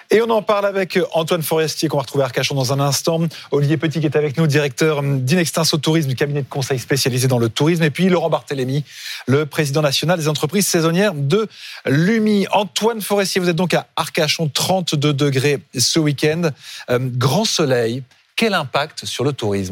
Et on en parle avec Antoine Forestier, qu'on va retrouver à Arcachon dans un instant. Olivier Petit qui est avec nous, directeur d'Inextinso Tourisme, du cabinet de conseil spécialisé dans le tourisme. Et puis Laurent Barthélémy, le président national des entreprises saisonnières de l'UMI. Antoine Forestier, vous êtes donc à Arcachon, 32 degrés ce week-end. Grand soleil, quel impact sur le tourisme ?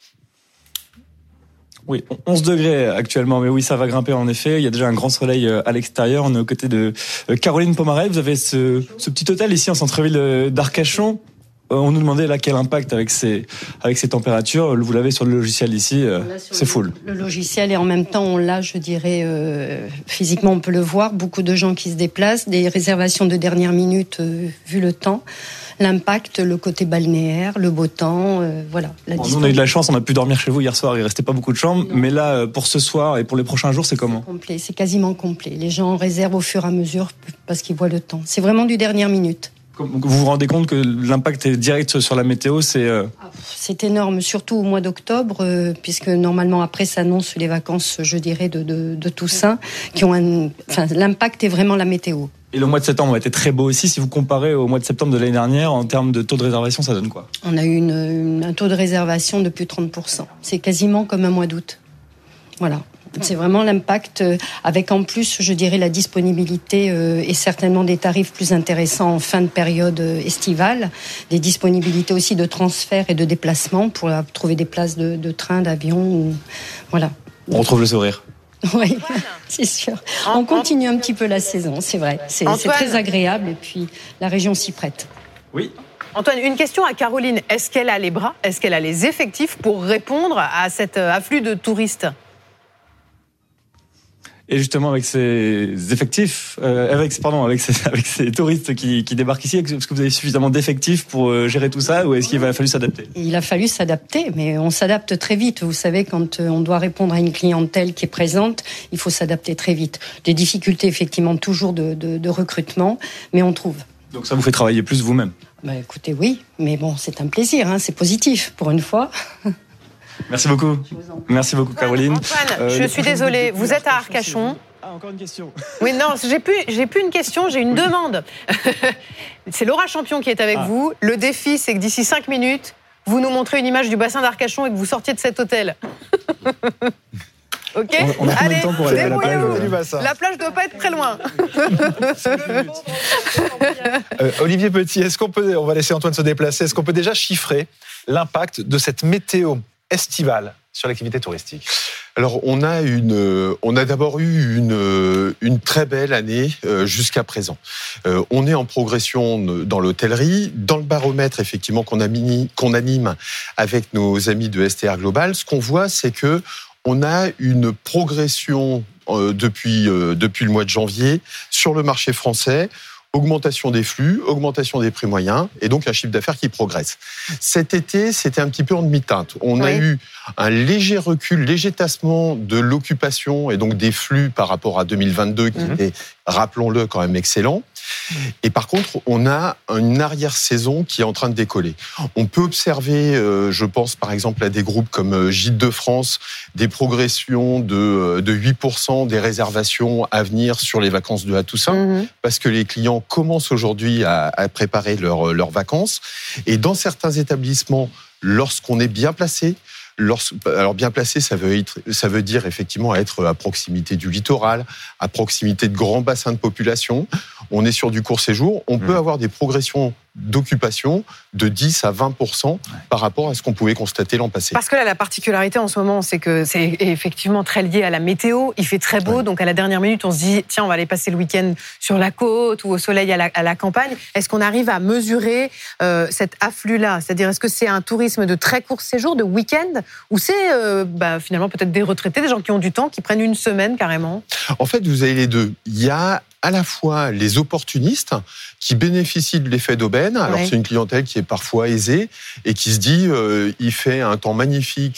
Oui, 11 degrés actuellement, mais oui, ça va grimper en effet. Il y a déjà un grand soleil à l'extérieur. On est aux côtés de Caroline Pomarel. Vous avez ce petit hôtel ici en centre-ville d'Arcachon. On nous demandait là quel impact avec ces températures. Vous l'avez sur le logiciel ici, c'est full. Le logiciel et en même temps on l'a, je dirais, physiquement on peut le voir. Beaucoup de gens qui se déplacent, des réservations de dernière minute vu le temps. L'impact, le côté balnéaire, le beau temps, voilà. Nous, on a eu de la chance, on a pu dormir chez vous hier soir, il restait pas beaucoup de chambres. Non. Mais là, pour ce soir et pour les prochains jours, c'est comment ? Complet, c'est quasiment complet. Les gens réservent au fur et à mesure parce qu'ils voient le temps. C'est vraiment du dernière minute. Vous vous rendez compte que l'impact est direct sur la météo, c'est énorme, surtout au mois d'octobre, puisque normalement après s'annoncent les vacances, je dirais, de Toussaint, l'impact est vraiment la météo. Et le mois de septembre a été très beau aussi. Si vous comparez au mois de septembre de l'année dernière, en termes de taux de réservation, ça donne quoi ? On a eu un taux de réservation de plus de 30%. C'est quasiment comme un mois d'août. Voilà. C'est vraiment l'impact, avec en plus, je dirais, la disponibilité et certainement des tarifs plus intéressants en fin de période estivale, des disponibilités aussi de transfert et de déplacement pour trouver des places de train, d'avion. Voilà. On retrouve le sourire. Oui, c'est sûr. On continue un petit peu la saison, c'est vrai. C'est très agréable et puis la région s'y prête. Oui. Antoine, une question à Caroline. Est-ce qu'elle a les bras, est-ce qu'elle a les effectifs pour répondre à cet afflux de touristes ? Et justement, avec ces effectifs, avec ces touristes qui débarquent ici, est-ce que vous avez suffisamment d'effectifs pour gérer tout ça, ou est-ce qu'il va falloir s'adapter ? Il a fallu s'adapter, mais on s'adapte très vite. Vous savez, quand on doit répondre à une clientèle qui est présente, il faut s'adapter très vite. Des difficultés, effectivement, toujours de recrutement, mais on trouve. Donc ça vous fait travailler plus vous-même ? Écoutez, oui, mais bon, c'est un plaisir, c'est positif, pour une fois. Merci beaucoup. Merci beaucoup, Caroline. Antoine, je suis désolée, vous êtes à Arcachon. Encore une question. Oui, non, j'ai plus une question, j'ai une demande. C'est Laura Champion qui est avec vous. Le défi, c'est que d'ici 5 minutes, vous nous montrez une image du bassin d'Arcachon et que vous sortiez de cet hôtel. Ok, on a combien de temps pour aller à la plage La plage doit pas être très loin. Olivier Petit, on va laisser Antoine se déplacer, est-ce qu'on peut déjà chiffrer l'impact de cette météo estivale sur l'activité touristique ? Alors, on a d'abord eu une très belle année jusqu'à présent. On est en progression dans l'hôtellerie, dans le baromètre effectivement qu'on anime avec nos amis de STR Global. Ce qu'on voit, c'est que on a une progression depuis le mois de janvier sur le marché français. Augmentation des flux, augmentation des prix moyens et donc un chiffre d'affaires qui progresse. Cet été, c'était un petit peu en demi-teinte. On a eu un léger recul, léger tassement de l'occupation et donc des flux par rapport à 2022 qui était, rappelons-le, quand même excellent. Et par contre, on a une arrière-saison qui est en train de décoller. On peut observer, je pense par exemple à des groupes comme Gîtes de France, des progressions de 8% des réservations à venir sur les vacances de Toussaint, parce que les clients commencent aujourd'hui à préparer leurs vacances. Et dans certains établissements, lorsqu'on est bien placé, alors bien placé, ça veut dire effectivement être à proximité du littoral, à proximité de grands bassins de population. On est sur du court séjour. On peut avoir des progressions d'occupation de 10 à 20% par rapport à ce qu'on pouvait constater l'an passé. Parce que là, la particularité en ce moment, c'est que c'est effectivement très lié à la météo. Il fait très beau, donc à la dernière minute, on se dit tiens, on va aller passer le week-end sur la côte ou au soleil à la campagne. Est-ce qu'on arrive à mesurer cet afflux-là ? C'est-à-dire, est-ce que c'est un tourisme de très court séjour, de week-end, ou c'est finalement peut-être des retraités, des gens qui ont du temps, qui prennent une semaine carrément ? En fait, vous avez les deux. Il y a à la fois les opportunistes qui bénéficient de l'effet d'aubaine. Alors c'est une clientèle qui est parfois aisée et qui se dit il fait un temps magnifique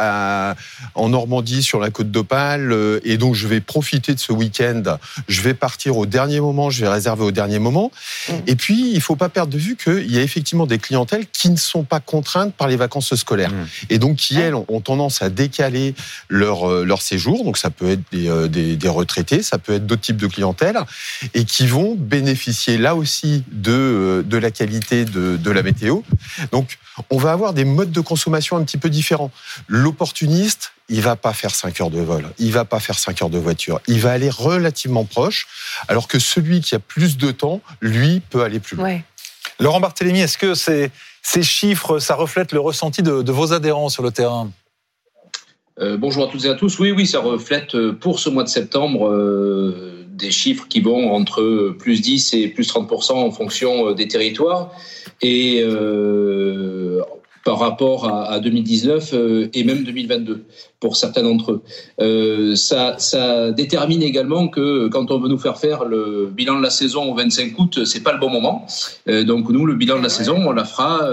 en Normandie sur la côte d'Opale et donc je vais profiter de ce week-end. Je vais partir au dernier moment, je vais réserver au dernier moment. Et puis il faut pas perdre de vue qu'il y a effectivement des clientèles qui ne sont pas contraintes par les vacances scolaires et donc qui elles ont tendance à décaler leur séjour. Donc ça peut être des retraités, ça peut être d'autres types de clientèle. et qui vont bénéficier là aussi de la qualité de la météo. Donc, on va avoir des modes de consommation un petit peu différents. L'opportuniste, il va pas faire 5 heures de vol, il va pas faire 5 heures de voiture, il va aller relativement proche, alors que celui qui a plus de temps, lui, peut aller plus loin. Ouais. Laurent Barthélémy, est-ce que ces chiffres, ça reflète le ressenti de vos adhérents sur le terrain ? Bonjour à toutes et à tous. Oui, ça reflète pour ce mois de septembre des chiffres qui vont entre plus 10 et plus 30% en fonction des territoires. Et par rapport à 2019 et même 2022 pour certains d'entre eux. Ça détermine également que quand on veut nous faire le bilan de la saison au 25 août, c'est pas le bon moment. Donc nous, le bilan de la saison, on la fera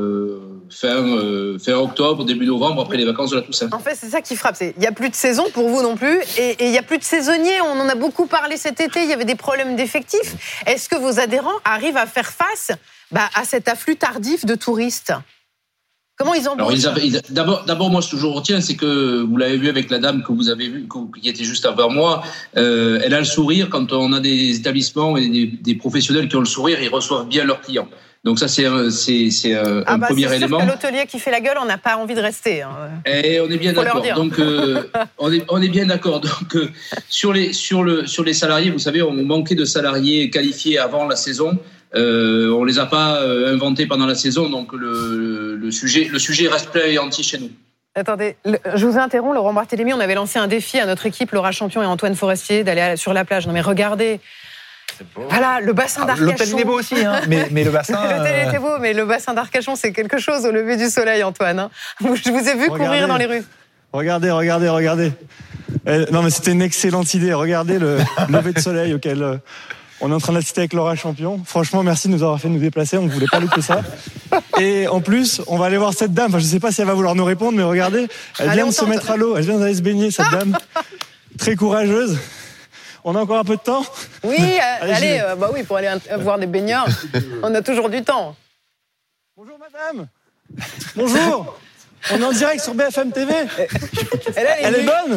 fin octobre, début novembre, après les vacances de la Toussaint. En fait, c'est ça qui frappe. Il n'y a plus de saison pour vous non plus. Et il n'y a plus de saisonniers. On en a beaucoup parlé cet été. Il y avait des problèmes d'effectifs. Est-ce que vos adhérents arrivent à faire face à cet afflux tardif de touristes ? Comment ils embauchent ? D'abord, moi, ce que je retiens, c'est que vous l'avez vu avec la dame que vous avez vue, qui était juste avant moi. Elle a le sourire. Quand on a des établissements et des professionnels qui ont le sourire, ils reçoivent bien leurs clients. Donc ça, c'est un premier élément. C'est sûr que l'hôtelier qui fait la gueule, on n'a pas envie de rester. Et on est bien d'accord. Donc on est bien d'accord. Donc sur les salariés, vous savez, on manquait de salariés qualifiés avant la saison. On les a pas inventés pendant la saison, donc le sujet reste plein et entier chez nous. Attendez, je vous interromps, Laurent Barthélémy. On avait lancé un défi à notre équipe, Laura Champion et Antoine Forestier, d'aller sur la plage. Non mais regardez. Voilà, le bassin d'Arcachon. L'hôtel il est beau aussi, hein, mais le bassin... L'hôtel était beau, mais le bassin d'Arcachon, c'est quelque chose au lever du soleil, Antoine. Je vous ai vu courir dans les rues. Regardez. Non, mais c'était une excellente idée. Regardez le lever de soleil auquel on est en train d'assister avec Laura Champion. Franchement, merci de nous avoir fait nous déplacer. On ne voulait pas louper ça. Et en plus, on va aller voir cette dame. Enfin, je ne sais pas si elle va vouloir nous répondre, mais regardez, elle vient de se mettre à l'eau. Elle vient d'aller se baigner, cette dame. Très courageuse. On a encore un peu de temps ? Oui, allez, pour aller voir des baigneurs, on a toujours du temps. Bonjour madame. Bonjour. On est en direct sur BFM TV. Elle est bonne ?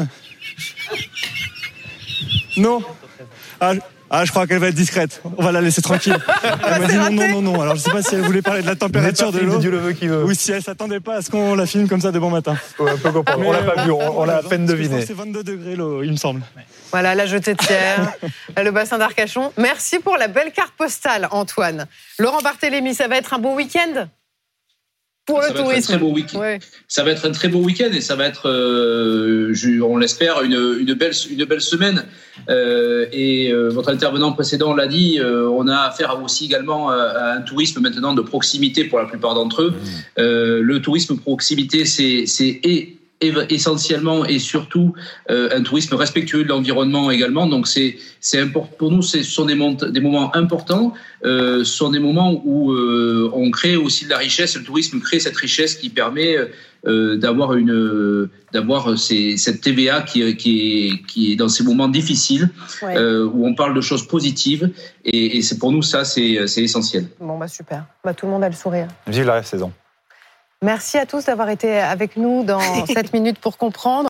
Non. Je crois qu'elle va être discrète. On va la laisser tranquille. Elle m'a dit non. Alors je sais pas si elle voulait parler de la température de l'eau. Dieu le veut qui veut. Ou si elle s'attendait pas à ce qu'on la filme comme ça de bon matin. Ouais, on peut comprendre. On l'a pas vu, on l'a à peine deviné. C'est 22 degrés l'eau, il me semble. Voilà, la jetée de pierre, le bassin d'Arcachon. Merci pour la belle carte postale, Antoine. Laurent Barthélémy, ça va être un beau week-end pour le tourisme. Très beau week-end. Ouais. Ça va être un très beau week-end et ça va être, on l'espère, une belle semaine. Votre intervenant précédent l'a dit, on a affaire aussi également à un tourisme maintenant de proximité pour la plupart d'entre eux. Le tourisme proximité, c'est essentiellement et surtout un tourisme respectueux de l'environnement également. Donc c'est important pour nous. Ce sont des moments importants. Ce sont des moments où on crée aussi de la richesse. Le tourisme crée cette richesse qui permet d'avoir cette TVA qui est dans ces moments difficiles, où on parle de choses positives. Et c'est pour nous ça c'est essentiel. Bon super. Tout le monde a le sourire. Vive la saison. Merci à tous d'avoir été avec nous dans 7 minutes pour comprendre.